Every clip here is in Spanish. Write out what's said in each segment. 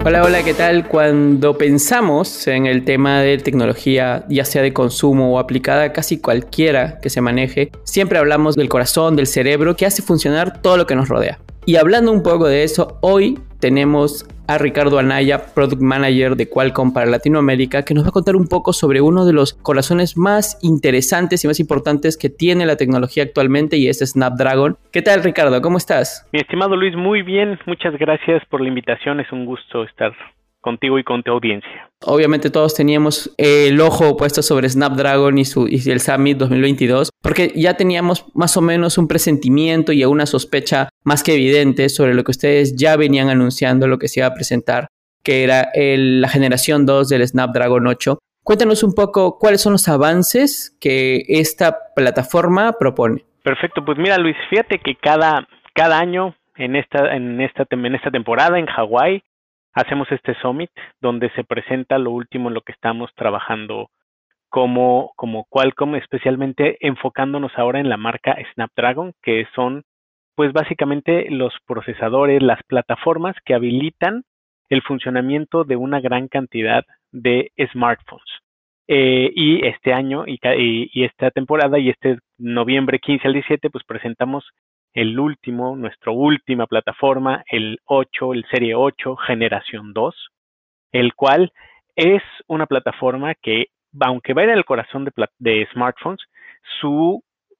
Hola, hola, ¿qué tal? Cuando pensamos en el tema de tecnología, ya sea de consumo o aplicada a casi cualquiera que se maneje, siempre hablamos del corazón, del cerebro, que hace funcionar todo lo que nos rodea. Y hablando un poco de eso, hoy tenemos a Ricardo Anaya, Product Manager de Qualcomm para Latinoamérica, que nos va a contar un poco sobre uno de los corazones más interesantes y más importantes que tiene la tecnología actualmente, y es Snapdragon. ¿Qué tal, Ricardo? ¿Cómo estás? Mi estimado Luis, muy bien. Muchas gracias por la invitación. Es un gusto estar contigo y con tu audiencia. Obviamente todos teníamos el ojo puesto sobre Snapdragon y el Summit 2022, porque ya teníamos más o menos un presentimiento y una sospecha más que evidente sobre lo que ustedes ya venían anunciando, lo que se iba a presentar, que era la generación 2 del Snapdragon 8. Cuéntanos un poco cuáles son los avances que esta plataforma propone. Perfecto, pues mira, Luis, fíjate que cada año en esta temporada en Hawái hacemos este Summit donde se presenta lo último en lo que estamos trabajando como Qualcomm, especialmente enfocándonos ahora en la marca Snapdragon, que son pues básicamente los procesadores, las plataformas que habilitan el funcionamiento de una gran cantidad de smartphones. Y este año y esta temporada y este noviembre 15 al 17 pues presentamos nuestra última plataforma, el Serie 8 Generación 2, el cual es una plataforma que, aunque va en el corazón de smartphones, su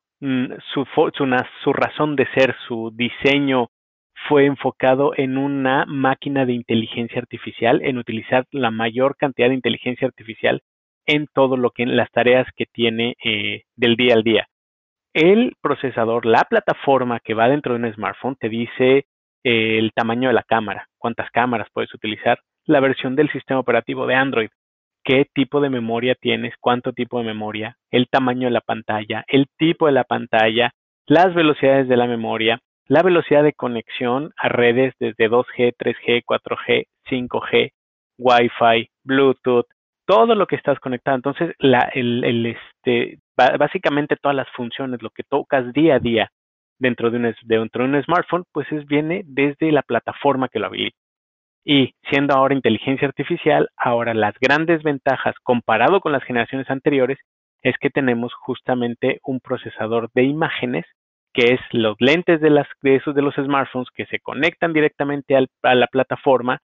razón de ser, su diseño fue enfocado en una máquina de inteligencia artificial, en utilizar la mayor cantidad de inteligencia artificial en todo lo que en las tareas que tiene del día al día. El procesador, la plataforma que va dentro de un smartphone te dice el tamaño de la cámara, cuántas cámaras puedes utilizar, la versión del sistema operativo de Android, qué tipo de memoria tienes, cuánto tipo de memoria, el tamaño de la pantalla, el tipo de la pantalla, las velocidades de la memoria, la velocidad de conexión a redes desde 2G, 3G, 4G, 5G, Wi-Fi, Bluetooth, todo lo que estás conectado. Entonces, básicamente todas las funciones, lo que tocas día a día dentro de un smartphone, pues viene desde la plataforma que lo habilita. Y siendo ahora inteligencia artificial, ahora las grandes ventajas comparado con las generaciones anteriores es que tenemos justamente un procesador de imágenes, que es los lentes de los smartphones que se conectan directamente a la plataforma.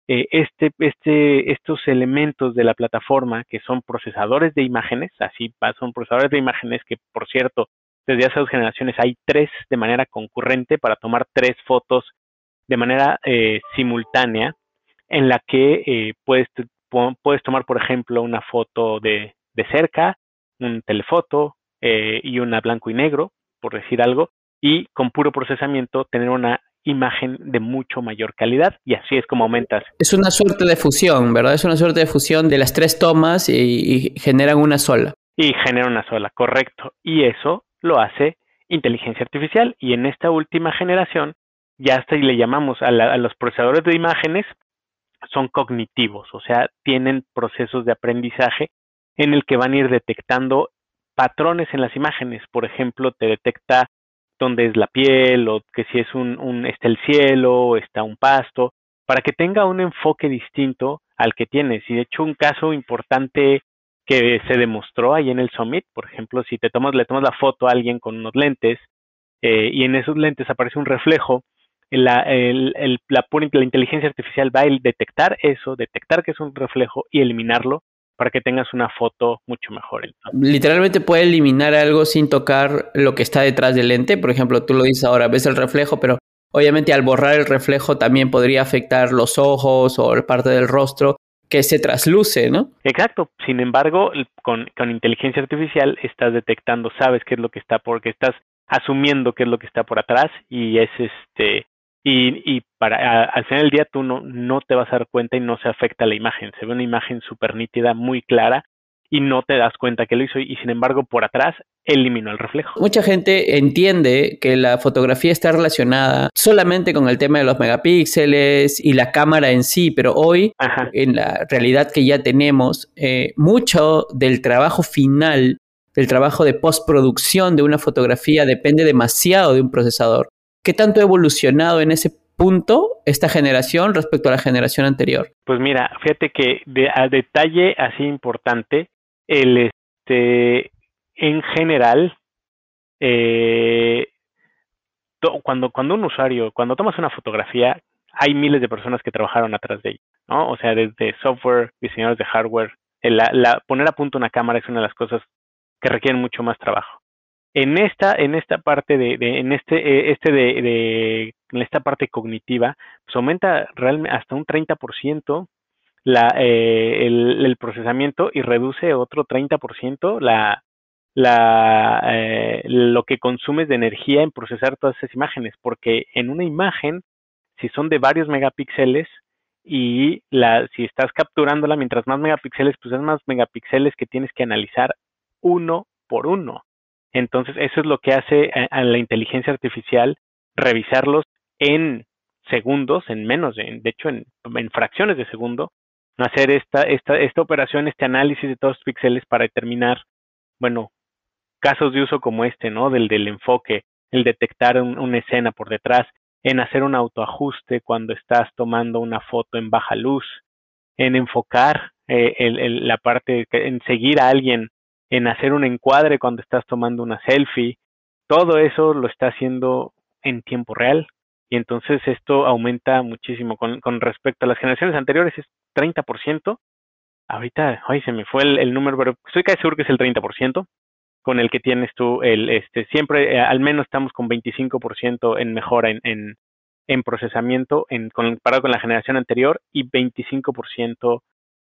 Estos elementos de la plataforma, que son procesadores de imágenes, son procesadores de imágenes que, por cierto, desde hace 2 generaciones hay 3 de manera concurrente para tomar 3 fotos de manera simultánea, en la que puedes tomar, por ejemplo, una foto de cerca, un telefoto y una blanco y negro, por decir algo, y con puro procesamiento tener una imagen de mucho mayor calidad, y así es como aumentas. Es una suerte de fusión, ¿verdad? Es una suerte de fusión de las 3 tomas y generan una sola. Y genera una sola, correcto. Y eso lo hace inteligencia artificial. Y en esta última generación, ya hasta le llamamos a los procesadores de imágenes, son cognitivos, o sea, tienen procesos de aprendizaje en el que van a ir detectando patrones en las imágenes. Por ejemplo, te detecta dónde es la piel, o que si es está el cielo, o está un pasto, para que tenga un enfoque distinto al que tienes. Y de hecho, un caso importante que se demostró ahí en el Summit, por ejemplo, si le tomas la foto a alguien con unos lentes y en esos lentes aparece un reflejo, la inteligencia artificial va a detectar que es un reflejo y eliminarlo para que tengas una foto mucho mejor. Literalmente puede eliminar algo sin tocar lo que está detrás del lente. Por ejemplo, tú lo dices ahora, ves el reflejo, pero obviamente al borrar el reflejo también podría afectar los ojos o parte del rostro que se trasluce, ¿no? Exacto. Sin embargo, con inteligencia artificial estás detectando, sabes qué es lo que está, porque estás asumiendo qué es lo que está por atrás, y es al final del día tú no te vas a dar cuenta y no se afecta la imagen. Se ve una imagen súper nítida, muy clara, y no te das cuenta que lo hizo, y sin embargo por atrás eliminó el reflejo. Mucha gente entiende que la fotografía está relacionada solamente con el tema de los megapíxeles y la cámara en sí, pero hoy, en la realidad que ya tenemos, mucho del trabajo final, del trabajo de postproducción de una fotografía depende demasiado de un procesador. ¿Qué tanto ha evolucionado en ese punto esta generación respecto a la generación anterior? Pues mira, fíjate que a detalle así importante, en general, cuando un usuario, cuando tomas una fotografía, hay miles de personas que trabajaron atrás de ella, ¿no? O sea, desde software, diseñadores de hardware, poner a punto una cámara es una de las cosas que requieren mucho más trabajo. En esta parte en esta parte cognitiva, pues aumenta realmente hasta un 30% el procesamiento y reduce otro 30% lo que consumes de energía en procesar todas esas imágenes, porque en una imagen, si son de varios megapíxeles y si estás capturándola, mientras más megapíxeles, pues es más megapíxeles que tienes que analizar uno por uno. Entonces, eso es lo que hace a la inteligencia artificial, revisarlos en segundos, en menos, de hecho, en fracciones de segundo, hacer esta operación, este análisis de todos los píxeles para determinar, bueno, casos de uso como ¿no? Del enfoque, el detectar una escena por detrás, en hacer un autoajuste cuando estás tomando una foto en baja luz, en enfocar la parte, en seguir a alguien, en hacer un encuadre cuando estás tomando una selfie. Todo eso lo está haciendo en tiempo real y entonces esto aumenta muchísimo. Con respecto a las generaciones anteriores es 30%. Ahorita, ay, se me fue el número, pero estoy casi seguro que es el 30% con el que tienes tú siempre al menos estamos con 25% en mejora en procesamiento comparado con la generación anterior y 25%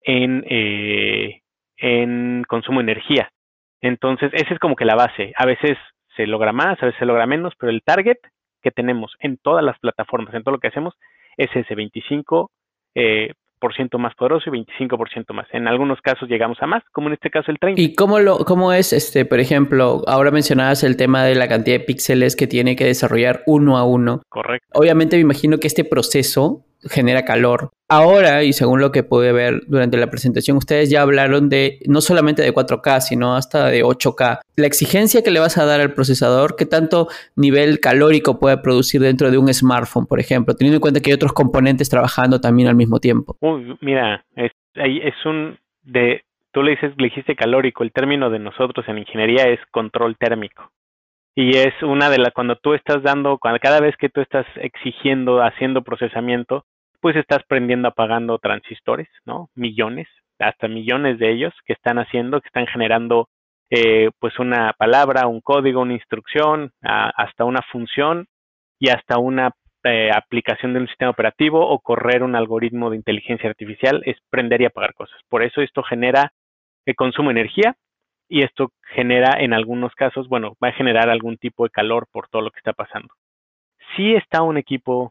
en consumo de energía. Entonces, esa es como que la base. A veces se logra más, a veces se logra menos, pero el target que tenemos en todas las plataformas, en todo lo que hacemos, es ese 25% más poderoso y 25% más. En algunos casos llegamos a más, como en este caso el 30%. ¿Y cómo es, por ejemplo, ahora mencionabas el tema de la cantidad de píxeles que tiene que desarrollar uno a uno? Correcto. Obviamente me imagino que este proceso genera calor. Ahora, y según lo que pude ver durante la presentación, ustedes ya hablaron de no solamente de 4K, sino hasta de 8K. La exigencia que le vas a dar al procesador, ¿qué tanto nivel calórico puede producir dentro de un smartphone, por ejemplo? Teniendo en cuenta que hay otros componentes trabajando también al mismo tiempo. Mira, tú le dijiste calórico, el término de nosotros en ingeniería es control térmico. Y es cuando tú estás cada vez que tú estás exigiendo, haciendo procesamiento, pues estás prendiendo, apagando transistores, ¿no? Millones, hasta millones de ellos que están generando pues una palabra, un código, una instrucción, hasta una función y hasta una aplicación de un sistema operativo o correr un algoritmo de inteligencia artificial, es prender y apagar cosas. Por eso esto genera consumo de energía. Y esto genera en algunos casos, va a generar algún tipo de calor por todo lo que está pasando. Si está un equipo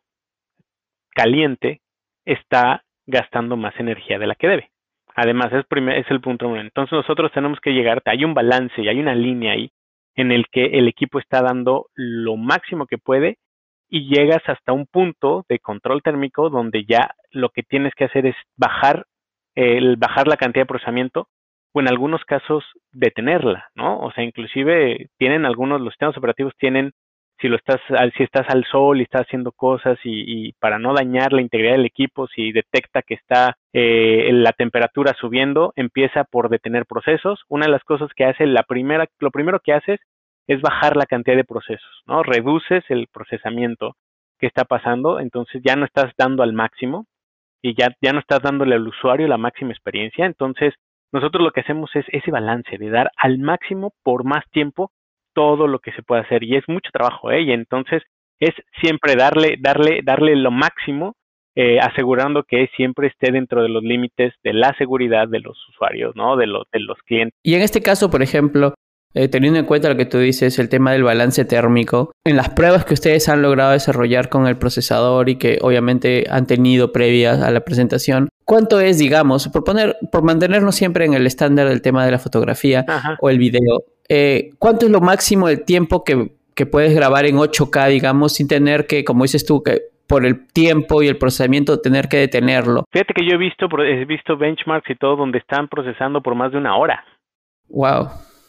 caliente, está gastando más energía de la que debe. Además, es el punto uno. Entonces nosotros tenemos que hay un balance y hay una línea ahí en el que el equipo está dando lo máximo que puede y llegas hasta un punto de control térmico donde ya lo que tienes que hacer es bajar la cantidad de procesamiento o en algunos casos detenerla, ¿no? O sea, inclusive los sistemas operativos tienen, si estás al sol y estás haciendo cosas y para no dañar la integridad del equipo, si detecta que está la temperatura subiendo, empieza por detener procesos. Una de las cosas que hace, lo primero que haces es bajar la cantidad de procesos, ¿no? Reduces el procesamiento que está pasando, entonces ya no estás dando al máximo y ya no estás dándole al usuario la máxima experiencia. Entonces nosotros lo que hacemos es ese balance de dar al máximo por más tiempo todo lo que se puede hacer y es mucho trabajo, y entonces es siempre darle lo máximo, asegurando que siempre esté dentro de los límites de la seguridad de los usuarios, ¿no? De los clientes. Y en este caso, por ejemplo, teniendo en cuenta lo que tú dices, el tema del balance térmico, en las pruebas que ustedes han logrado desarrollar con el procesador y que obviamente han tenido previas a la presentación, ¿cuánto es, digamos, por mantenernos siempre en el estándar del tema de la fotografía o el video, cuánto es lo máximo del tiempo que puedes grabar en 8K, digamos, sin tener que, como dices tú, que por el tiempo y el procesamiento tener que detenerlo? Fíjate que yo he visto benchmarks y todo donde están procesando por más de 1 hora. Wow.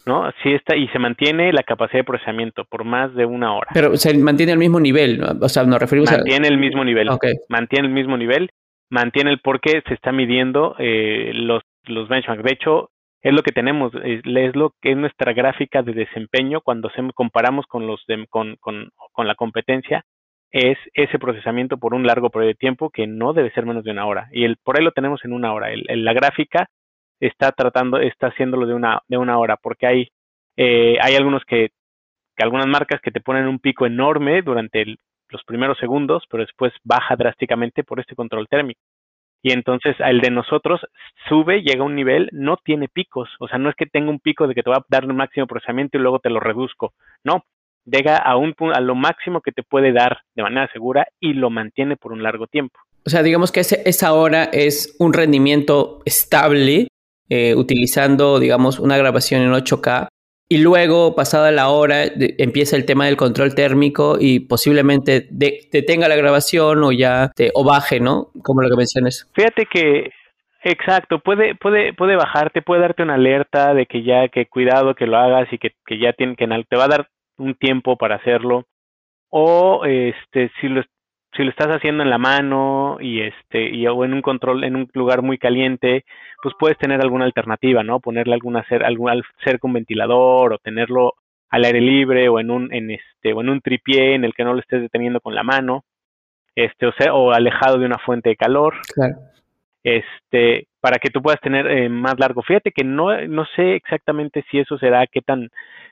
¿no? Sí está, y se mantiene la capacidad de procesamiento por más de 1 hora. Pero se mantiene al mismo nivel, ¿no? O sea, nos referimos mantiene el mismo nivel, okay. Mantiene el mismo nivel, mantiene el por qué se está midiendo los benchmarks. De hecho, es lo que tenemos, es lo que es nuestra gráfica de desempeño cuando comparamos con con la competencia, es ese procesamiento por un largo periodo de tiempo que no debe ser menos de 1 hora. Y por ahí lo tenemos en 1 hora. La gráfica está haciéndolo de una hora, porque hay algunas marcas que te ponen un pico enorme durante los primeros segundos, pero después baja drásticamente por este control térmico. Y entonces el de nosotros sube, llega a un nivel, no tiene picos. O sea, no es que tenga un pico de que te va a dar un máximo procesamiento y luego te lo reduzco. No, llega a lo máximo que te puede dar de manera segura y lo mantiene por un largo tiempo. O sea, digamos que esa hora es un rendimiento estable, utilizando, digamos, una grabación en 8K. Y luego, pasada la hora, empieza el tema del control térmico y posiblemente detenga la grabación o baje, ¿no? Como lo que mencionas. Fíjate que, exacto, puede bajarte, puede darte una alerta de que cuidado que lo hagas y que ya te va a dar un tiempo para hacerlo. O si lo estás haciendo en la mano o en un control, en un lugar muy caliente, pues puedes tener alguna alternativa, ¿no? Ponerle cerca un ventilador, o tenerlo al aire libre, o en un tripié en el que no lo estés deteniendo con la mano, o alejado de una fuente de calor. Claro. Para que tú puedas tener más largo. Fíjate que no sé exactamente si eso será, qué tan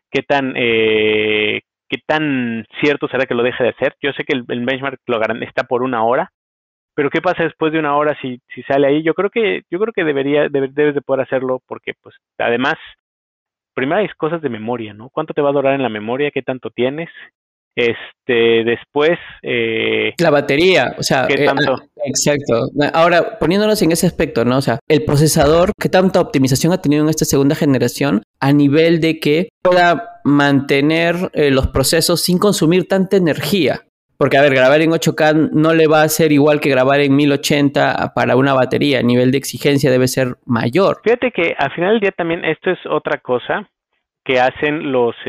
cierto será que lo deje de hacer. Yo sé que el benchmark está por 1 hora, pero ¿qué pasa después de 1 hora si sale ahí? Yo creo que debes de poder hacerlo, porque pues además, primero hay cosas de memoria, ¿no? ¿Cuánto te va a durar en la memoria? ¿Qué tanto tienes? Después, la batería, o sea, ¿qué tanto? Exacto. Ahora, poniéndonos en ese aspecto, ¿no? O sea, el procesador, ¿qué tanta optimización ha tenido en esta segunda generación a nivel de que pueda mantener los procesos sin consumir tanta energía? Porque, a ver, grabar en 8K no le va a ser igual que grabar en 1080 para una batería. El nivel de exigencia debe ser mayor. Fíjate que al final del día también esto es otra cosa que hacen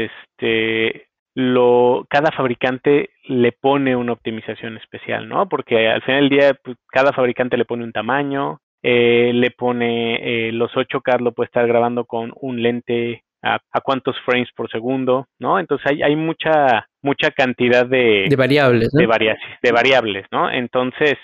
cada fabricante le pone una optimización especial, ¿no? Porque al final del día, pues, cada fabricante le pone un tamaño, le pone los 8K, lo puede estar grabando con un lente a cuántos frames por segundo, ¿no? Entonces hay mucha cantidad de variables, ¿no? de variables, ¿no? Entonces,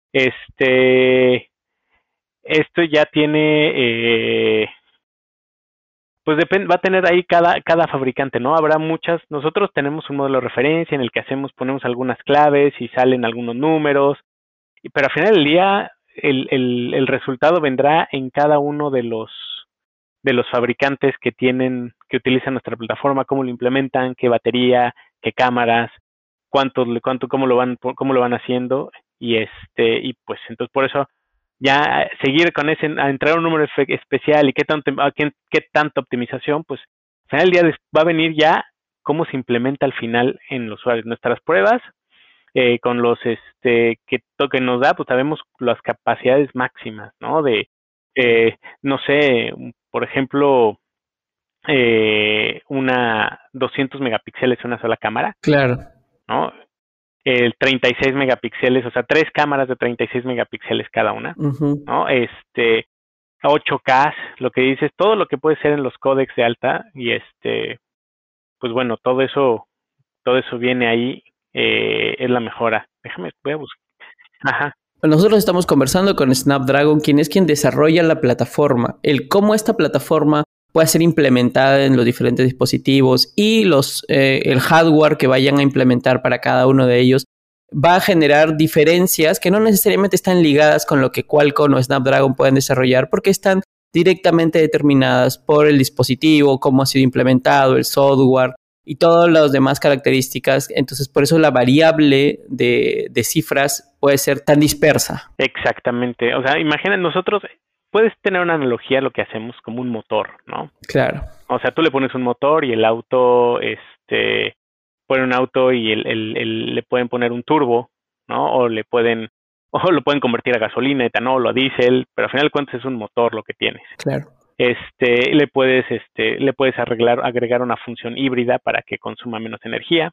esto ya tiene, pues va a tener ahí cada fabricante, ¿no? Habrá nosotros tenemos un modelo de referencia en el que ponemos algunas claves y salen algunos números, pero al final del día el resultado vendrá en cada uno de los fabricantes que utilizan nuestra plataforma, cómo lo implementan, qué batería, qué cámaras, cómo lo van haciendo, y pues entonces por eso ya seguir con a entrar a un número especial y qué tanta optimización, pues al final del día va a venir ya cómo se implementa al final en los usuarios. Nuestras pruebas, con los que nos da, pues sabemos las capacidades máximas, ¿no? No sé, por ejemplo, una 200 megapíxeles una sola cámara. Claro. ¿No? 36 megapíxeles, o sea, 3 cámaras de 36 megapíxeles cada una, ¿no? 8K, lo que dices, todo lo que puede ser en los códecs de alta, y pues bueno, todo eso viene ahí, es la mejora. Voy a buscar. Ajá. Nosotros estamos conversando con Snapdragon, quien desarrolla la plataforma, el cómo esta plataforma puede ser implementada en los diferentes dispositivos y el hardware que vayan a implementar para cada uno de ellos va a generar diferencias que no necesariamente están ligadas con lo que Qualcomm o Snapdragon pueden desarrollar, porque están directamente determinadas por el dispositivo, cómo ha sido implementado, el software y todas las demás características. Entonces, por eso la variable de cifras puede ser tan dispersa. Exactamente. O sea, imagina, nosotros, puedes tener una analogía a lo que hacemos como un motor, ¿no? Claro. O sea, tú le pones un motor y el auto, pone un auto y le pueden poner un turbo, ¿no? O lo pueden convertir a gasolina, etanol o a diésel, pero al final de cuentas es un motor lo que tienes. Claro. Le puedes agregar una función híbrida para que consuma menos energía,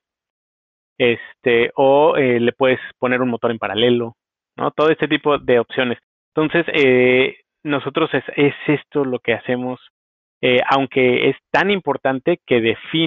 o le puedes poner un motor en paralelo, ¿no? Todo este tipo de opciones. Entonces, nosotros es esto lo que hacemos, aunque es tan importante que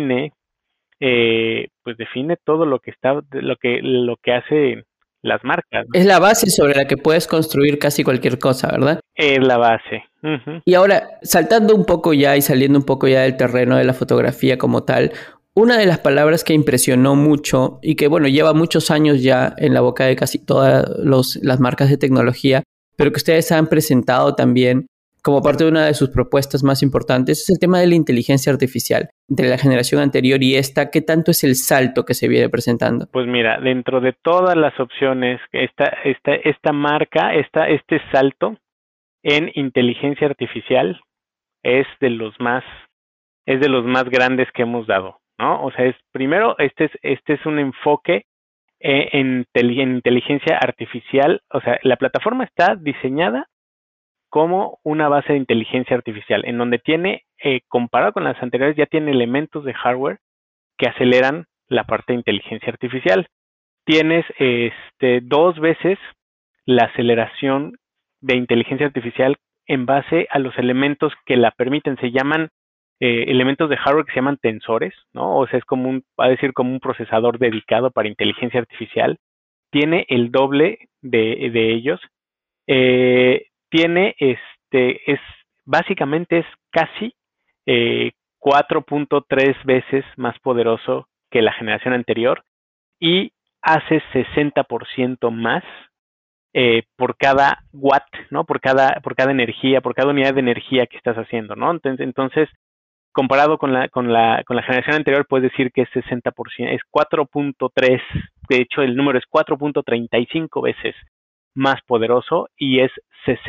define todo lo que hace las marcas, ¿no? Es la base sobre la que puedes construir casi cualquier cosa, ¿verdad? Es la base. Uh-huh. Y ahora, saltando un poco ya y saliendo un poco ya del terreno de la fotografía como tal, una de las palabras que impresionó mucho y que, bueno, lleva muchos años ya en la boca de casi todas las marcas de tecnología, pero que ustedes han presentado también como parte de una de sus propuestas más importantes, es el tema de la inteligencia artificial. Entre la generación anterior y esta, ¿qué tanto es el salto que se viene presentando? Pues mira, dentro de todas las opciones, esta marca, este salto en inteligencia artificial es de los más grandes que hemos dado, ¿no? O sea, primero, este es un enfoque en inteligencia artificial. O sea, la plataforma está diseñada como una base de inteligencia artificial, en donde comparado con las anteriores, ya tiene elementos de hardware que aceleran la parte de inteligencia artificial. Tienes 2 veces la aceleración de inteligencia artificial en base a los elementos que la permiten. Se llaman elementos de hardware que se llaman tensores, ¿no? O sea, va a decir como un procesador dedicado para inteligencia artificial. Tiene el doble de ellos. Tiene, básicamente es casi 4.3 veces más poderoso que la generación anterior y hace 60% más por cada watt, ¿no? Por cada energía, por cada unidad de energía que estás haciendo, ¿no? Entonces, comparado con la generación anterior, puedes decir que es 60%, es 4.3, de hecho el número es 4.35 veces más poderoso y es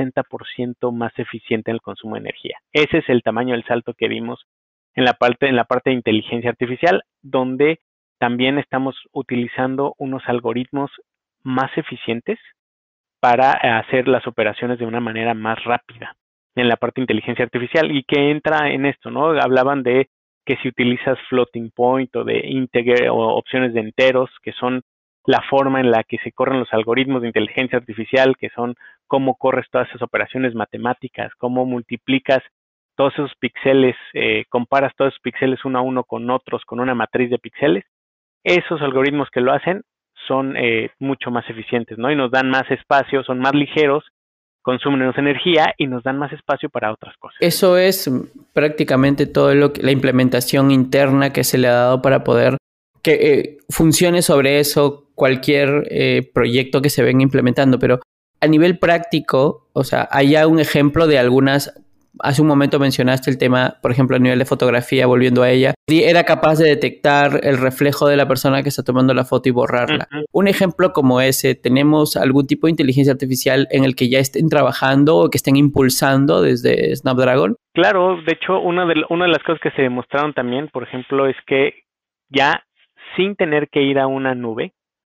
60% más eficiente en el consumo de energía. Ese es el tamaño del salto que vimos en la parte de inteligencia artificial, donde también estamos utilizando unos algoritmos más eficientes para hacer las operaciones de una manera más rápida en la parte de inteligencia artificial. ¿Y que entra en esto, no? Hablaban de que si utilizas floating point o de integer o opciones de enteros, que son la forma en la que se corren los algoritmos de inteligencia artificial, que son cómo corres todas esas operaciones matemáticas, cómo multiplicas todos esos píxeles, comparas todos esos píxeles uno a uno con otros, con una matriz de píxeles. Esos algoritmos que lo hacen son mucho más eficientes, ¿no? Y nos dan más espacio, son más ligeros, consumen menos energía y nos dan más espacio para otras cosas. Eso es prácticamente todo la implementación interna que se le ha dado para poder que funcione sobre eso cualquier proyecto que se venga implementando. Pero a nivel práctico, o sea, hay ya un ejemplo de algunas. Hace un momento mencionaste el tema, por ejemplo, a nivel de fotografía, volviendo a ella, era capaz de detectar el reflejo de la persona que está tomando la foto y borrarla. Uh-huh. Un ejemplo como ese, ¿tenemos algún tipo de inteligencia artificial en el que ya estén trabajando o que estén impulsando desde Snapdragon? Claro, de hecho, una de las cosas que se demostraron también, por ejemplo, es que ya sin tener que ir a una nube,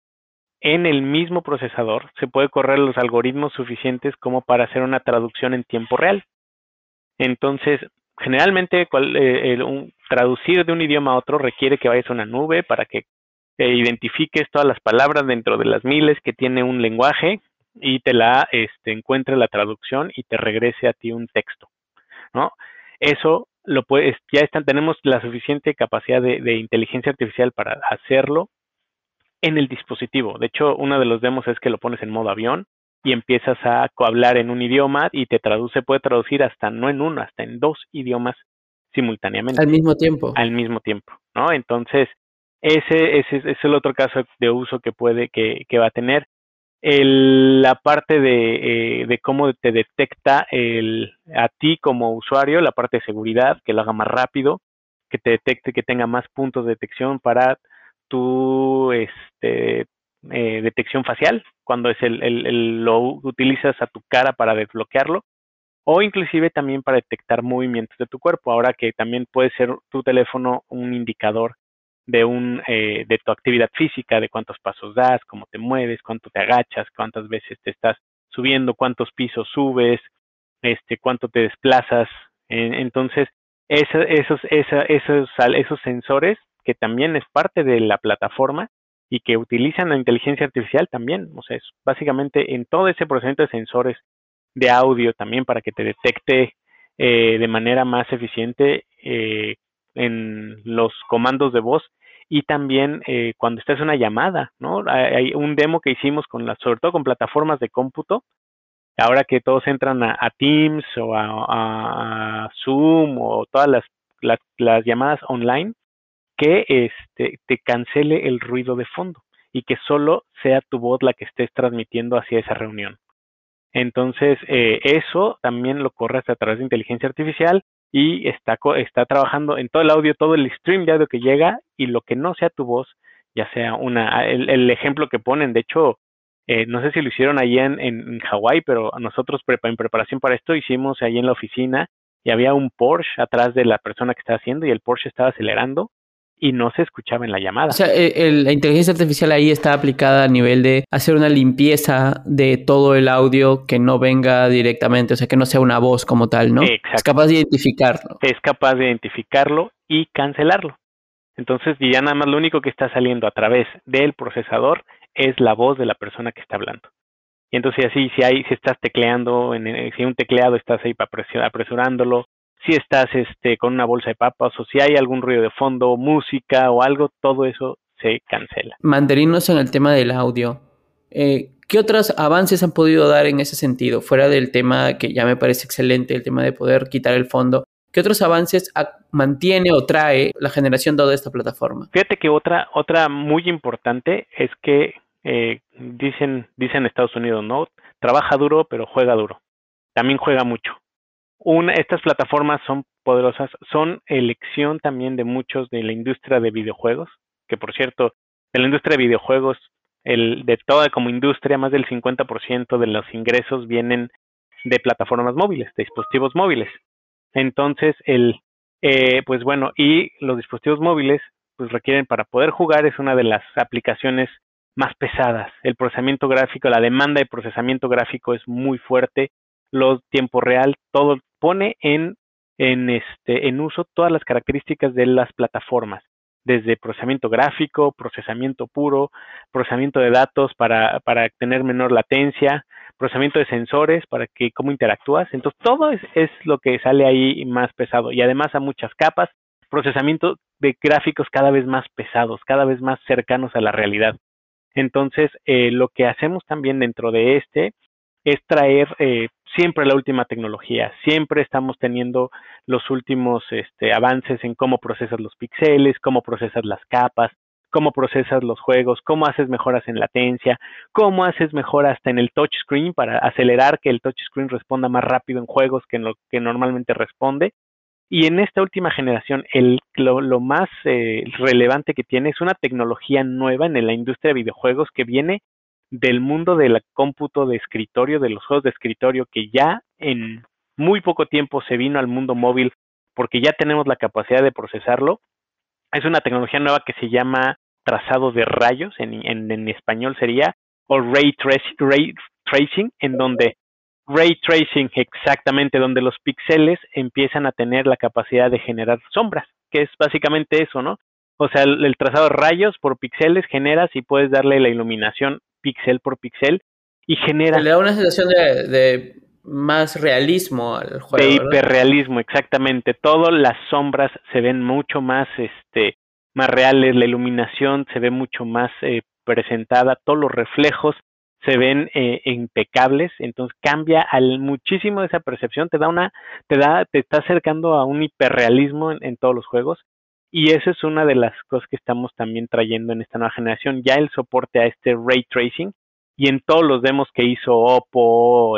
en el mismo procesador se puede correr los algoritmos suficientes como para hacer una traducción en tiempo real. Entonces, generalmente traducir de un idioma a otro requiere que vayas a una nube para que identifiques todas las palabras dentro de las miles que tiene un lenguaje y te encuentre la traducción y te regrese a ti un texto, ¿no? Eso tenemos la suficiente capacidad de inteligencia artificial para hacerlo en el dispositivo. De hecho, uno de los demos es que lo pones en modo avión y empiezas a hablar en un idioma y puede traducir hasta no en uno, hasta en 2 idiomas simultáneamente. Al mismo tiempo. Al mismo tiempo, ¿no? Entonces, ese es el otro caso de uso que va a tener. La parte de cómo te detecta a ti como usuario, la parte de seguridad, que lo haga más rápido, que te detecte, que tenga más puntos de detección para tu detección facial, cuando lo utilizas a tu cara para desbloquearlo, o inclusive también para detectar movimientos de tu cuerpo. Ahora que también puede ser tu teléfono un indicador de tu actividad física, de cuántos pasos das, cómo te mueves, cuánto te agachas, cuántas veces te estás subiendo, cuántos pisos subes, cuánto te desplazas Entonces, esos sensores, que también es parte de la plataforma y que utilizan la inteligencia artificial también, o sea, es básicamente en todo ese procedimiento de sensores de audio también para que te detecte de manera más eficiente en los comandos de voz y también cuando estás en una llamada, ¿no? Hay un demo que hicimos sobre todo con plataformas de cómputo, ahora que todos entran a Teams o a Zoom o todas las llamadas online, que te cancele el ruido de fondo y que solo sea tu voz la que estés transmitiendo hacia esa reunión. Entonces, eso también lo corres a través de inteligencia artificial y está trabajando en todo el audio, todo el stream de audio que llega, y lo que no sea tu voz, ya sea el ejemplo que ponen, de hecho, no sé si lo hicieron allí en Hawái, pero nosotros en preparación para esto hicimos allí en la oficina y había un Porsche atrás de la persona que estaba haciendo y el Porsche estaba acelerando y no se escuchaba en la llamada. O sea, la inteligencia artificial ahí está aplicada a nivel de hacer una limpieza de todo el audio que no venga directamente, o sea, que no sea una voz como tal, ¿no? Exacto. Es capaz de identificarlo. Es capaz de identificarlo y cancelarlo. Entonces, ya nada más lo único que está saliendo a través del procesador es la voz de la persona que está hablando. Y entonces así, si estás tecleando, si hay un tecleado, estás ahí apresurándolo, si estás con una bolsa de papas o si hay algún ruido de fondo, música o algo, todo eso se cancela. Mantenernos en el tema del audio. ¿Qué otros avances han podido dar en ese sentido? Fuera del tema que ya me parece excelente, el tema de poder quitar el fondo. ¿Qué otros avances mantiene o trae la generación de esta plataforma? Fíjate que otra muy importante es que dicen Estados Unidos, ¿no? Trabaja duro, pero juega duro. También juega mucho. Estas plataformas son poderosas, son elección también de muchos de la industria de videojuegos, que por cierto, de la industria de videojuegos, de toda como industria, más del 50% de los ingresos vienen de plataformas móviles, de dispositivos móviles. Entonces, pues bueno, y los dispositivos móviles, pues requieren, para poder jugar, es una de las aplicaciones más pesadas. El procesamiento gráfico, la demanda de procesamiento gráfico es muy fuerte. Los tiempo real, todo pone en uso todas las características de las plataformas, desde procesamiento gráfico, procesamiento puro, procesamiento de datos para tener menor latencia, procesamiento de sensores para que cómo interactúas. Entonces todo es lo que sale ahí más pesado, y además a muchas capas, procesamiento de gráficos cada vez más pesados, cada vez más cercanos a la realidad. Entonces lo que hacemos también dentro de es traer siempre la última tecnología. Siempre estamos teniendo los últimos avances en cómo procesas los píxeles, cómo procesas las capas, cómo procesas los juegos, cómo haces mejoras en latencia, cómo haces mejoras hasta en el touchscreen para acelerar que el touchscreen responda más rápido en juegos que en lo que normalmente responde. Y en esta última generación, lo más relevante que tiene es una tecnología nueva en la industria de videojuegos que viene del mundo del cómputo de escritorio, de los juegos de escritorio, que ya en muy poco tiempo se vino al mundo móvil porque ya tenemos la capacidad de procesarlo. Es una tecnología nueva que se llama trazado de rayos, en español sería, o ray tracing, en donde ray tracing, exactamente, donde los píxeles empiezan a tener la capacidad de generar sombras, que es básicamente eso, ¿no? O sea, el trazado de rayos por píxeles generas y puedes darle la iluminación píxel por píxel y genera... Le da una sensación de más realismo al juego, de hiperrealismo, hiperrealismo, exactamente. Todas las sombras se ven mucho más, más reales, la iluminación se ve mucho más presentada, todos los reflejos se ven impecables, entonces cambia muchísimo esa percepción, te está acercando a un hiperrealismo en todos los juegos. Y esa es una de las cosas que estamos también trayendo en esta nueva generación, ya el soporte a este ray tracing, y en todos los demos que hizo Oppo,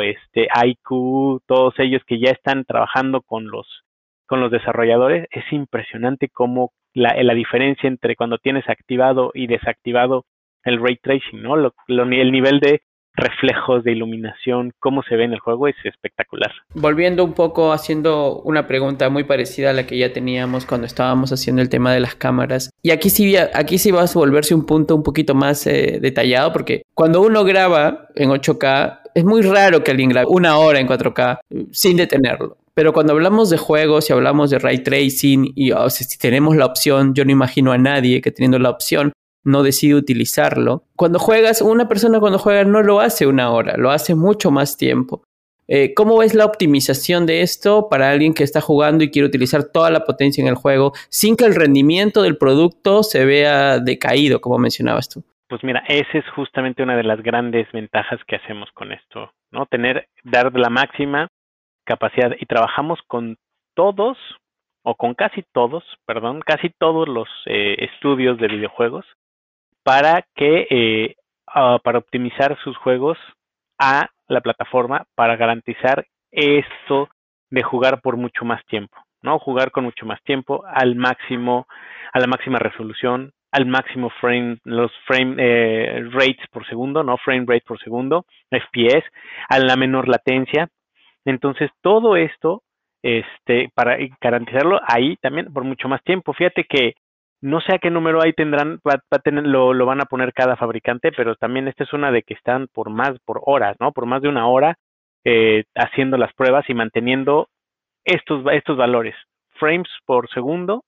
iQOO, todos ellos que ya están trabajando con los desarrolladores, es impresionante cómo la diferencia entre cuando tienes activado y desactivado el ray tracing, ¿no? El nivel de reflejos, de iluminación, cómo se ve en el juego es espectacular. Volviendo un poco, haciendo una pregunta muy parecida a la que ya teníamos cuando estábamos haciendo el tema de las cámaras. Y aquí sí va a volverse un punto un poquito más detallado, porque cuando uno graba en 8K, es muy raro que alguien grabe 1 hora en 4K sin detenerlo. Pero cuando hablamos de juegos y hablamos de ray tracing y o sea, si tenemos la opción, yo no imagino a nadie que teniendo la opción no decide utilizarlo. Cuando juegas, una persona cuando juega no lo hace una hora, lo hace mucho más tiempo. ¿Cómo es la optimización de esto para alguien que está jugando y quiere utilizar toda la potencia en el juego sin que el rendimiento del producto se vea decaído, como mencionabas tú? Pues mira, esa es justamente una de las grandes ventajas que hacemos con esto, ¿no? Dar la máxima capacidad y trabajamos con todos o con casi todos, perdón, casi todos los estudios de videojuegos para para optimizar sus juegos a la plataforma para garantizar esto de jugar por mucho más tiempo, ¿no? Jugar con mucho más tiempo al máximo, a la máxima resolución, al máximo los frame rates por segundo, ¿no? Frame rate por segundo, FPS, a la menor latencia. Entonces, todo esto, para garantizarlo ahí también por mucho más tiempo. Fíjate que no sé a qué número ahí tendrán, lo van a poner cada fabricante, pero también esta es una de que están por horas, ¿no? Por más de una hora haciendo las pruebas y manteniendo estos valores, frames por segundo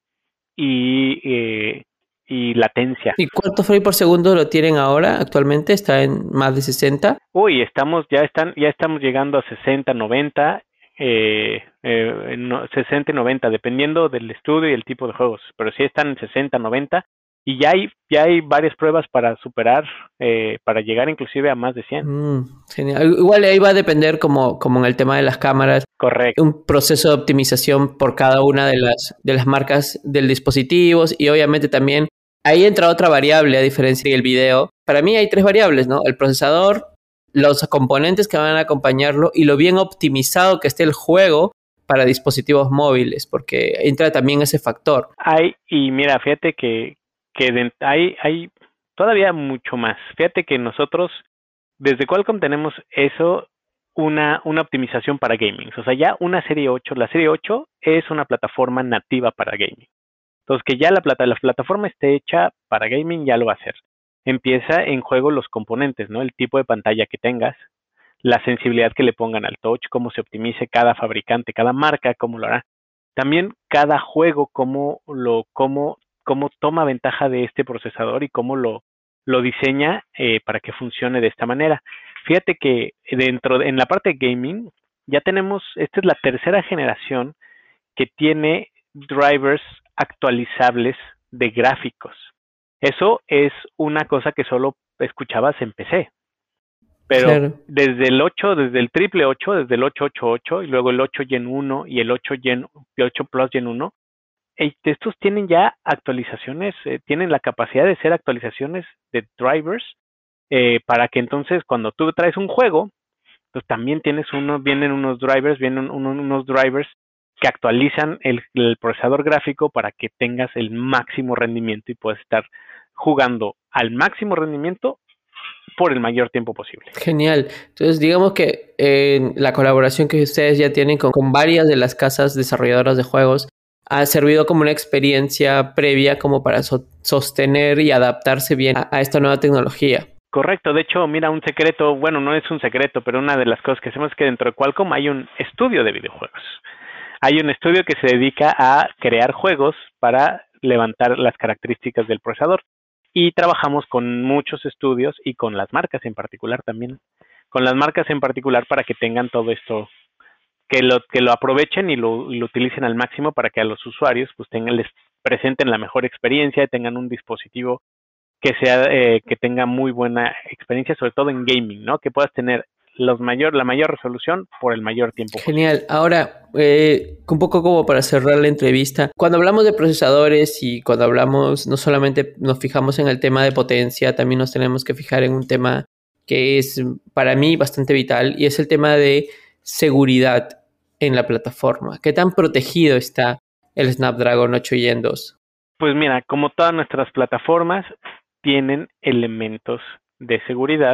y latencia. ¿Y cuántos frames por segundo lo tienen ahora? Actualmente está en más de 60. Uy, ya estamos llegando a 60, 90, 60 y 90, dependiendo del estudio y el tipo de juegos, pero sí están en 60, 90 y ya hay varias pruebas para superar, para llegar inclusive a más de 100. Genial. Igual ahí va a depender como en el tema de las cámaras. Correcto. Un proceso de optimización por cada una de las marcas del dispositivo y obviamente también ahí entra otra variable a diferencia del video. Para mí hay 3 variables, ¿no? El procesador, los componentes que van a acompañarlo y lo bien optimizado que esté el juego para dispositivos móviles, porque entra también ese factor. Y mira, fíjate que hay todavía mucho más. Fíjate que nosotros desde Qualcomm tenemos eso, una optimización para gaming. O sea, ya la serie 8 es una plataforma nativa para gaming. Entonces, que ya la plataforma esté hecha para gaming, ya lo va a hacer. Empieza en juego los componentes, ¿no? El tipo de pantalla que tengas, la sensibilidad que le pongan al touch, cómo se optimice cada fabricante, cada marca, cómo lo hará. También cada juego, cómo toma ventaja de este procesador y cómo lo diseña para que funcione de esta manera. Fíjate que en la parte de gaming, ya tenemos, esta es la tercera generación que tiene drivers actualizables de gráficos. Eso es una cosa que solo escuchabas en PC. Pero claro, desde el triple 8, desde el 888 y luego el 8 Gen 1 y el 8 Plus Gen 1, estos tienen ya actualizaciones, tienen la capacidad de ser actualizaciones de drivers para que entonces cuando tú traes un juego, pues también vienen unos drivers que actualizan el procesador gráfico para que tengas el máximo rendimiento y puedas estar jugando al máximo rendimiento por el mayor tiempo posible. Genial. Entonces, digamos que la colaboración que ustedes ya tienen con varias de las casas desarrolladoras de juegos ha servido como una experiencia previa como para sostener y adaptarse bien a esta nueva tecnología. Correcto, de hecho, mira, un secreto, bueno, no es un secreto, pero una de las cosas que hacemos es que dentro de Qualcomm hay un estudio de videojuegos. Hay un estudio que se dedica a crear juegos para levantar las características del procesador. Y trabajamos con muchos estudios y con las marcas en particular también. Con las marcas en particular para que tengan todo esto, que lo aprovechen y lo utilicen al máximo para que a los usuarios pues les presenten la mejor experiencia, tengan un dispositivo que tenga muy buena experiencia, sobre todo en gaming, ¿no? Que puedas tener la mayor resolución por el mayor tiempo. Genial. Ahora, un poco como para cerrar la entrevista, cuando hablamos de procesadores y cuando hablamos, no solamente nos fijamos en el tema de potencia, también nos tenemos que fijar en un tema que es para mí bastante vital y es el tema de seguridad en la plataforma. ¿Qué tan protegido está el Snapdragon 8 Gen 2? Pues mira, como todas nuestras plataformas, tienen elementos de seguridad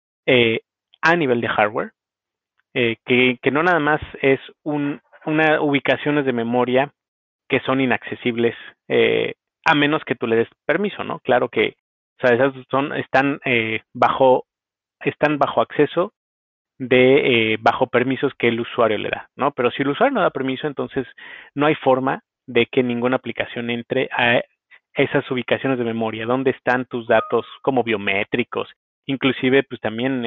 a nivel de hardware, que no nada más es una ubicaciones de memoria que son inaccesibles a menos que tú le des permiso, ¿no? Claro que, o sea, esas están bajo acceso de bajo permisos que el usuario le da, ¿no? Pero si el usuario no da permiso, entonces no hay forma de que ninguna aplicación entre a esas ubicaciones de memoria, donde están tus datos como biométricos, inclusive pues también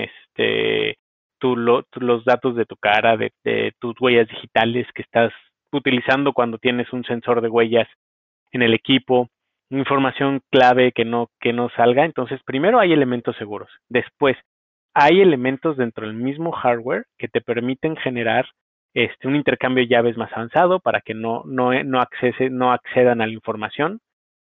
los datos de tu cara, de tus huellas digitales que estás utilizando cuando tienes un sensor de huellas en el equipo, información clave que no salga. Entonces, primero hay elementos seguros. Después, hay elementos dentro del mismo hardware que te permiten generar un intercambio de llaves más avanzado para que no accedan a la información.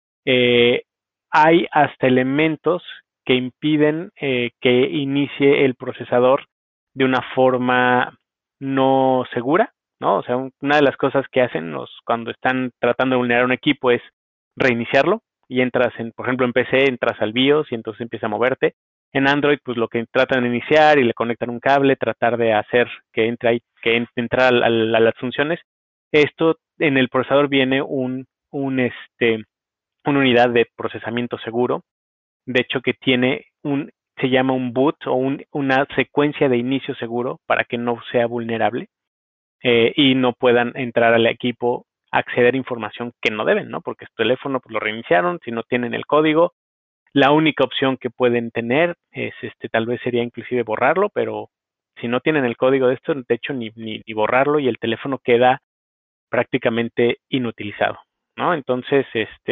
Hay hasta elementos que impiden que inicie el procesador de una forma no segura, ¿no? O sea, una de las cosas que hacen cuando están tratando de vulnerar un equipo es reiniciarlo y entras por ejemplo, en PC entras al BIOS y entonces empieza a moverte. En Android, pues lo que tratan de iniciar y le conectan un cable, tratar de hacer que entre ahí, entrar a las funciones. Esto en el procesador viene una unidad de procesamiento seguro, de hecho que se llama un boot o una secuencia de inicio seguro para que no sea vulnerable y no puedan entrar al equipo a acceder a información que no deben, ¿no? Porque su teléfono pues, lo reiniciaron, si no tienen el código, la única opción que pueden tener es tal vez sería inclusive borrarlo, pero si no tienen el código de esto, de hecho ni borrarlo y el teléfono queda prácticamente inutilizado, ¿no? Entonces,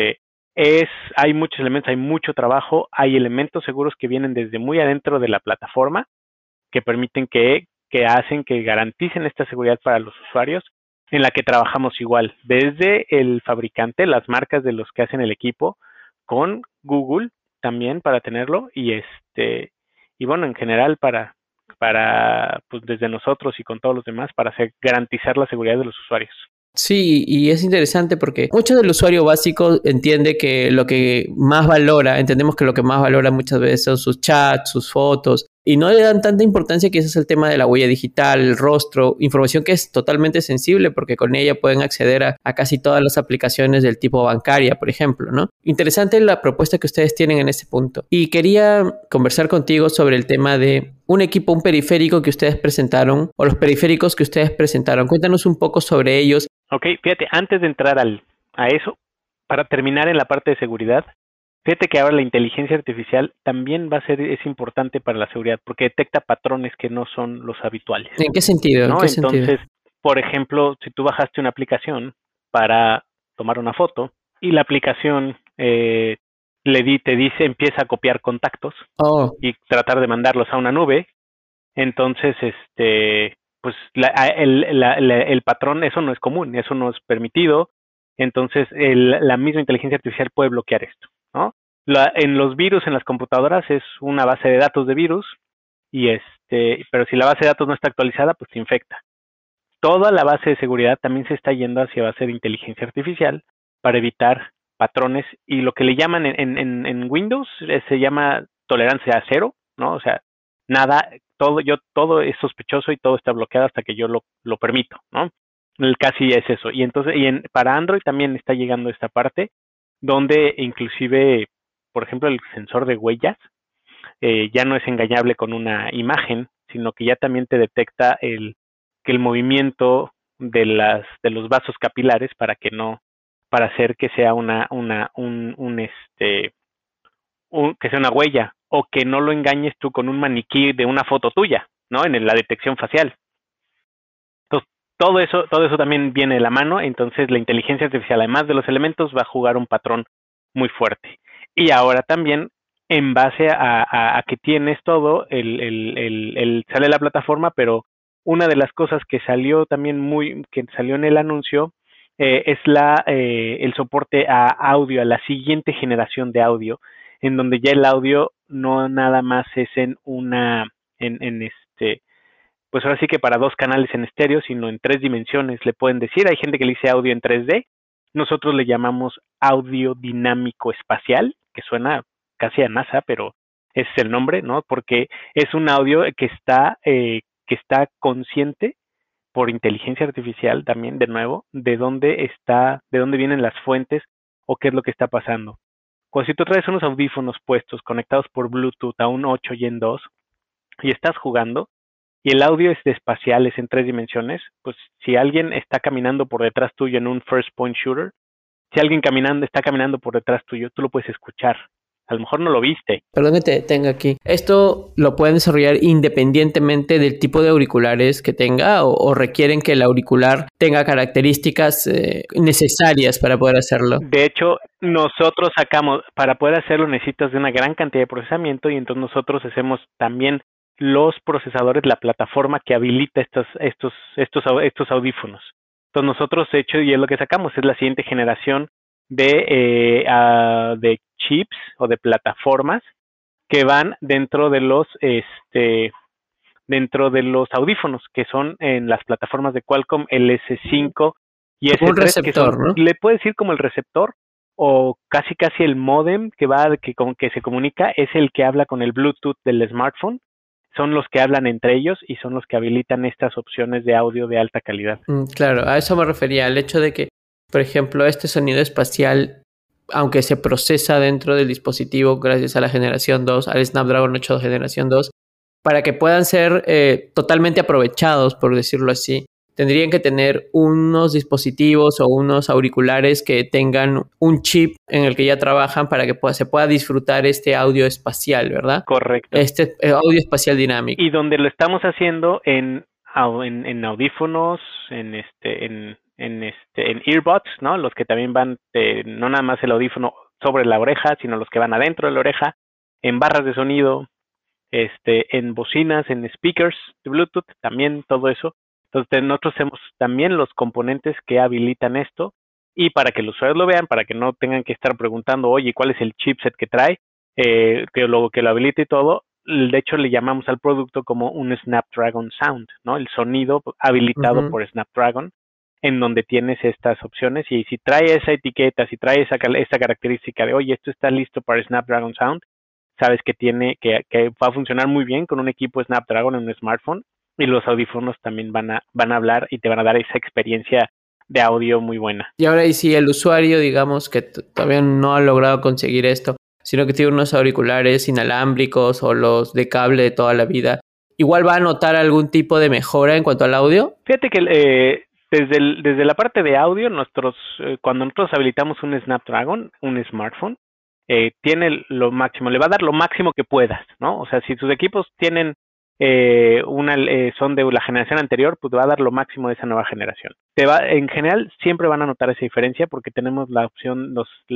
hay muchos elementos, hay mucho trabajo, hay elementos seguros que vienen desde muy adentro de la plataforma que permiten que hacen, que garanticen esta seguridad para los usuarios, en la que trabajamos igual, desde el fabricante, las marcas de los que hacen el equipo, con Google también para tenerlo, y bueno, en general pues desde nosotros y con todos los demás, para garantizar la seguridad de los usuarios. Sí, y es interesante porque mucho del usuario básico entiende que lo que más valora, entendemos que lo que más valora muchas veces son sus chats, sus fotos, y no le dan tanta importancia que ese es el tema de la huella digital, el rostro, información que es totalmente sensible porque con ella pueden acceder a casi todas las aplicaciones del tipo bancaria, por ejemplo, ¿no? Interesante la propuesta que ustedes tienen en este punto. Y quería conversar contigo sobre el tema de un equipo, un periférico que ustedes presentaron o los periféricos que ustedes presentaron. Cuéntanos un poco sobre ellos. Ok, fíjate, antes de entrar a eso, para terminar en la parte de seguridad, fíjate que ahora la inteligencia artificial también es importante para la seguridad porque detecta patrones que no son los habituales. ¿En qué sentido? ¿No? ¿En qué Entonces, sentido? por ejemplo, si tú bajaste una aplicación para tomar una foto y la aplicación te dice empieza a copiar contactos y tratar de mandarlos a una nube, entonces pues el patrón, eso no es común, eso no es permitido, entonces la misma inteligencia artificial puede bloquear esto, ¿no? En los virus en las computadoras es una base de datos de virus pero si la base de datos no está actualizada, pues se infecta. Toda la base de seguridad también se está yendo hacia base de inteligencia artificial para evitar patrones y lo que le llaman en Windows se llama tolerancia a cero, ¿no? O sea, nada, todo es sospechoso y todo está bloqueado hasta que yo lo permito, ¿no? Casi es eso. Y entonces, para Android también está llegando esta parte donde inclusive, por ejemplo, el sensor de huellas ya no es engañable con una imagen, sino que ya también te detecta que el movimiento de los vasos capilares para hacer que sea que sea una huella, o que no lo engañes tú con un maniquí de una foto tuya, ¿no? En la detección facial. Entonces, todo eso también viene de la mano, entonces la inteligencia artificial, además de los elementos, va a jugar un patrón muy fuerte. Y ahora también, en base a que tienes todo, sale la plataforma, pero una de las cosas que salió también que salió en el anuncio, es el soporte a audio, a la siguiente generación de audio, en donde ya el audio no nada más es pues ahora sí que para dos canales en estéreo, sino en 3 dimensiones, le pueden decir. Hay gente que le dice audio en 3D, nosotros le llamamos audio dinámico espacial, que suena casi a NASA, pero ese es el nombre, ¿no? Porque es un audio que está consciente por inteligencia artificial también, de nuevo, de dónde vienen las fuentes o qué es lo que está pasando. Cuando si tú traes unos audífonos puestos, conectados por Bluetooth a un 8 y en 2, y estás jugando, y el audio es de espacial, es en 3 dimensiones, pues si alguien está caminando por detrás tuyo en un first point shooter, si alguien está caminando por detrás tuyo, tú lo puedes escuchar. A lo mejor no lo viste. Perdón que te detenga aquí. ¿Esto lo pueden desarrollar independientemente del tipo de auriculares que tenga o requieren que el auricular tenga características necesarias para poder hacerlo? De hecho, nosotros sacamos, para poder hacerlo necesitas de una gran cantidad de procesamiento y entonces nosotros hacemos también los procesadores, la plataforma que habilita estos audífonos. Entonces nosotros, de hecho, y es lo que sacamos, es la siguiente generación de chips o de plataformas que van dentro de los audífonos, que son en las plataformas de Qualcomm LS5 y Como un S3, que receptor, son, ¿no? le puedes decir como el receptor o casi el módem que se comunica, es el que habla con el Bluetooth del smartphone. Son los que hablan entre ellos y son los que habilitan estas opciones de audio de alta calidad. Claro, a eso me refería, al hecho de que, por ejemplo, este sonido espacial, aunque se procesa dentro del dispositivo gracias a la generación 2, al Snapdragon 8 generación 2, para que puedan ser totalmente aprovechados, por decirlo así, tendrían que tener unos dispositivos o unos auriculares que tengan un chip en el que ya trabajan para que se pueda disfrutar este audio espacial, ¿verdad? Correcto. Este audio espacial dinámico. Y donde lo estamos haciendo en audífonos, en earbuds, ¿no? Los que también van, no nada más el audífono sobre la oreja, sino los que van adentro de la oreja, en barras de sonido, en bocinas, en speakers de Bluetooth, también todo eso. Entonces nosotros hacemos también los componentes que habilitan esto y para que los usuarios lo vean, para que no tengan que estar preguntando, oye, ¿cuál es el chipset que trae? Que lo habilite y todo. De hecho, le llamamos al producto como un Snapdragon Sound, ¿no? El sonido habilitado por Snapdragon, en donde tienes estas opciones y si trae esa etiqueta, si trae esa característica de, oye, esto está listo para Snapdragon Sound, sabes que va a funcionar muy bien con un equipo Snapdragon en un smartphone y los audífonos también van a hablar y te van a dar esa experiencia de audio muy buena. Y ahora, y si el usuario, digamos, que todavía no ha logrado conseguir esto, sino que tiene unos auriculares inalámbricos o los de cable de toda la vida, ¿igual va a notar algún tipo de mejora en cuanto al audio? Fíjate que desde la parte de audio, cuando nosotros habilitamos un Snapdragon, un smartphone, tiene lo máximo, le va a dar lo máximo que puedas, ¿no? O sea, si tus equipos tienen son de la generación anterior, pues va a dar lo máximo de esa nueva generación. En general, siempre van a notar esa diferencia porque tenemos la opción,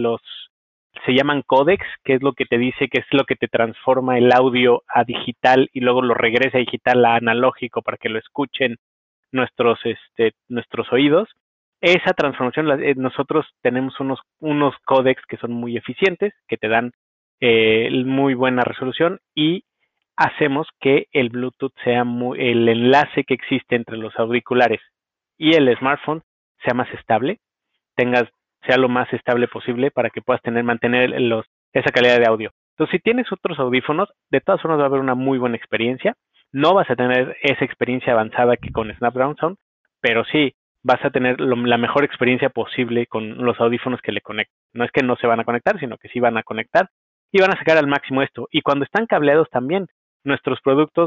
se llaman códecs, que es lo que te dice que es lo que te transforma el audio a digital y luego lo regresa a digital a analógico para que lo escuchen nuestros oídos. Esa transformación, nosotros tenemos unos códecs que son muy eficientes, que te dan muy buena resolución y hacemos que el Bluetooth sea el enlace que existe entre los auriculares y el smartphone sea más estable, sea lo más estable posible para que puedas mantener esa calidad de audio. Entonces, si tienes otros audífonos, de todas formas va a haber una muy buena experiencia. No vas a tener esa experiencia avanzada que con Snapdragon Sound, pero sí vas a tener la mejor experiencia posible con los audífonos que le conecten. No es que no se van a conectar, sino que sí van a conectar y van a sacar al máximo esto. Y cuando están cableados también, nuestros productos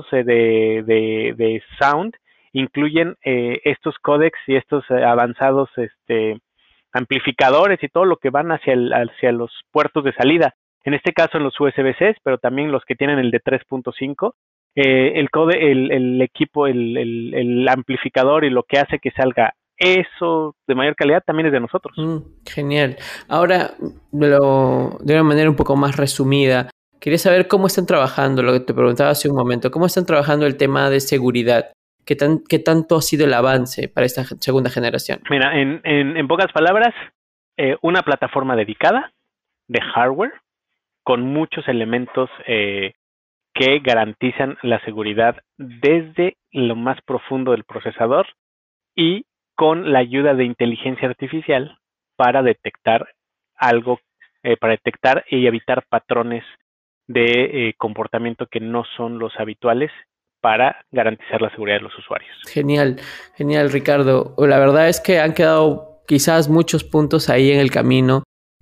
de sound incluyen estos códecs y estos avanzados amplificadores y todo lo que van hacia los puertos de salida. En este caso en los USB-C, pero también los que tienen el de 3.5, el equipo, el amplificador y lo que hace que salga eso de mayor calidad también es de nosotros. Genial. Ahora, de una manera un poco más resumida, quería saber cómo están trabajando, lo que te preguntaba hace un momento, cómo están trabajando el tema de seguridad. ¿Qué tanto ha sido el avance para esta segunda generación? Mira, en pocas palabras, una plataforma dedicada de hardware con muchos elementos que garantizan la seguridad desde lo más profundo del procesador y con la ayuda de inteligencia artificial para detectar para detectar y evitar patrones de comportamiento que no son los habituales para garantizar la seguridad de los usuarios. Genial, genial, Ricardo. La verdad es que han quedado quizás muchos puntos ahí en el camino.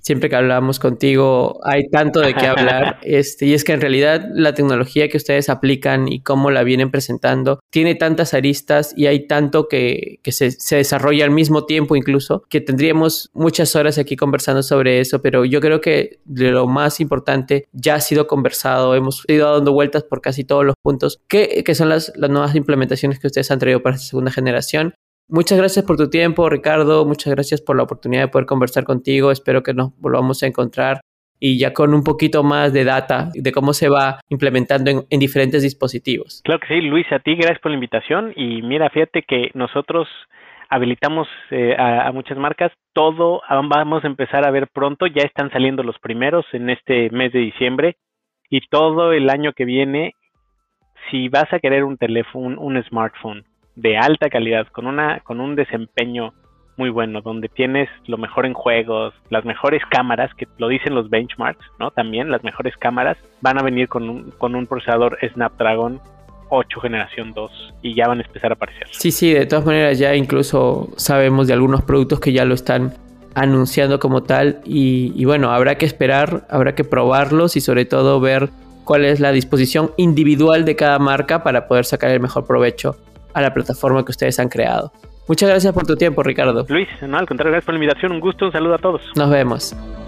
Siempre que hablamos contigo hay tanto de qué hablar. Y es que en realidad la tecnología que ustedes aplican y cómo la vienen presentando tiene tantas aristas y hay tanto que se desarrolla al mismo tiempo incluso, que tendríamos muchas horas aquí conversando sobre eso, pero yo creo que de lo más importante ya ha sido conversado. Hemos ido dando vueltas por casi todos los puntos que son las nuevas implementaciones que ustedes han traído para esta segunda generación. Muchas gracias por tu tiempo, Ricardo. Muchas gracias por la oportunidad de poder conversar contigo. Espero que nos volvamos a encontrar y ya con un poquito más de data de cómo se va implementando en diferentes dispositivos. Claro que sí, Luis, a ti gracias por la invitación. Y mira, fíjate que nosotros habilitamos a muchas marcas. Todo vamos a empezar a ver pronto. Ya están saliendo los primeros en este mes de diciembre. Y todo el año que viene, si vas a querer un teléfono, un smartphone de alta calidad, con un desempeño muy bueno, donde tienes lo mejor en juegos, las mejores cámaras, que lo dicen los benchmarks, ¿no? También las mejores cámaras van a venir con un procesador Snapdragon 8 generación 2 y ya van a empezar a aparecer. Sí, de todas maneras ya incluso sabemos de algunos productos que ya lo están anunciando como tal y bueno, habrá que esperar, habrá que probarlos y sobre todo ver cuál es la disposición individual de cada marca para poder sacar el mejor provecho a la plataforma que ustedes han creado. Muchas gracias por tu tiempo, Ricardo. Luis, no, al contrario, gracias por la invitación, un gusto, un saludo a todos. Nos vemos.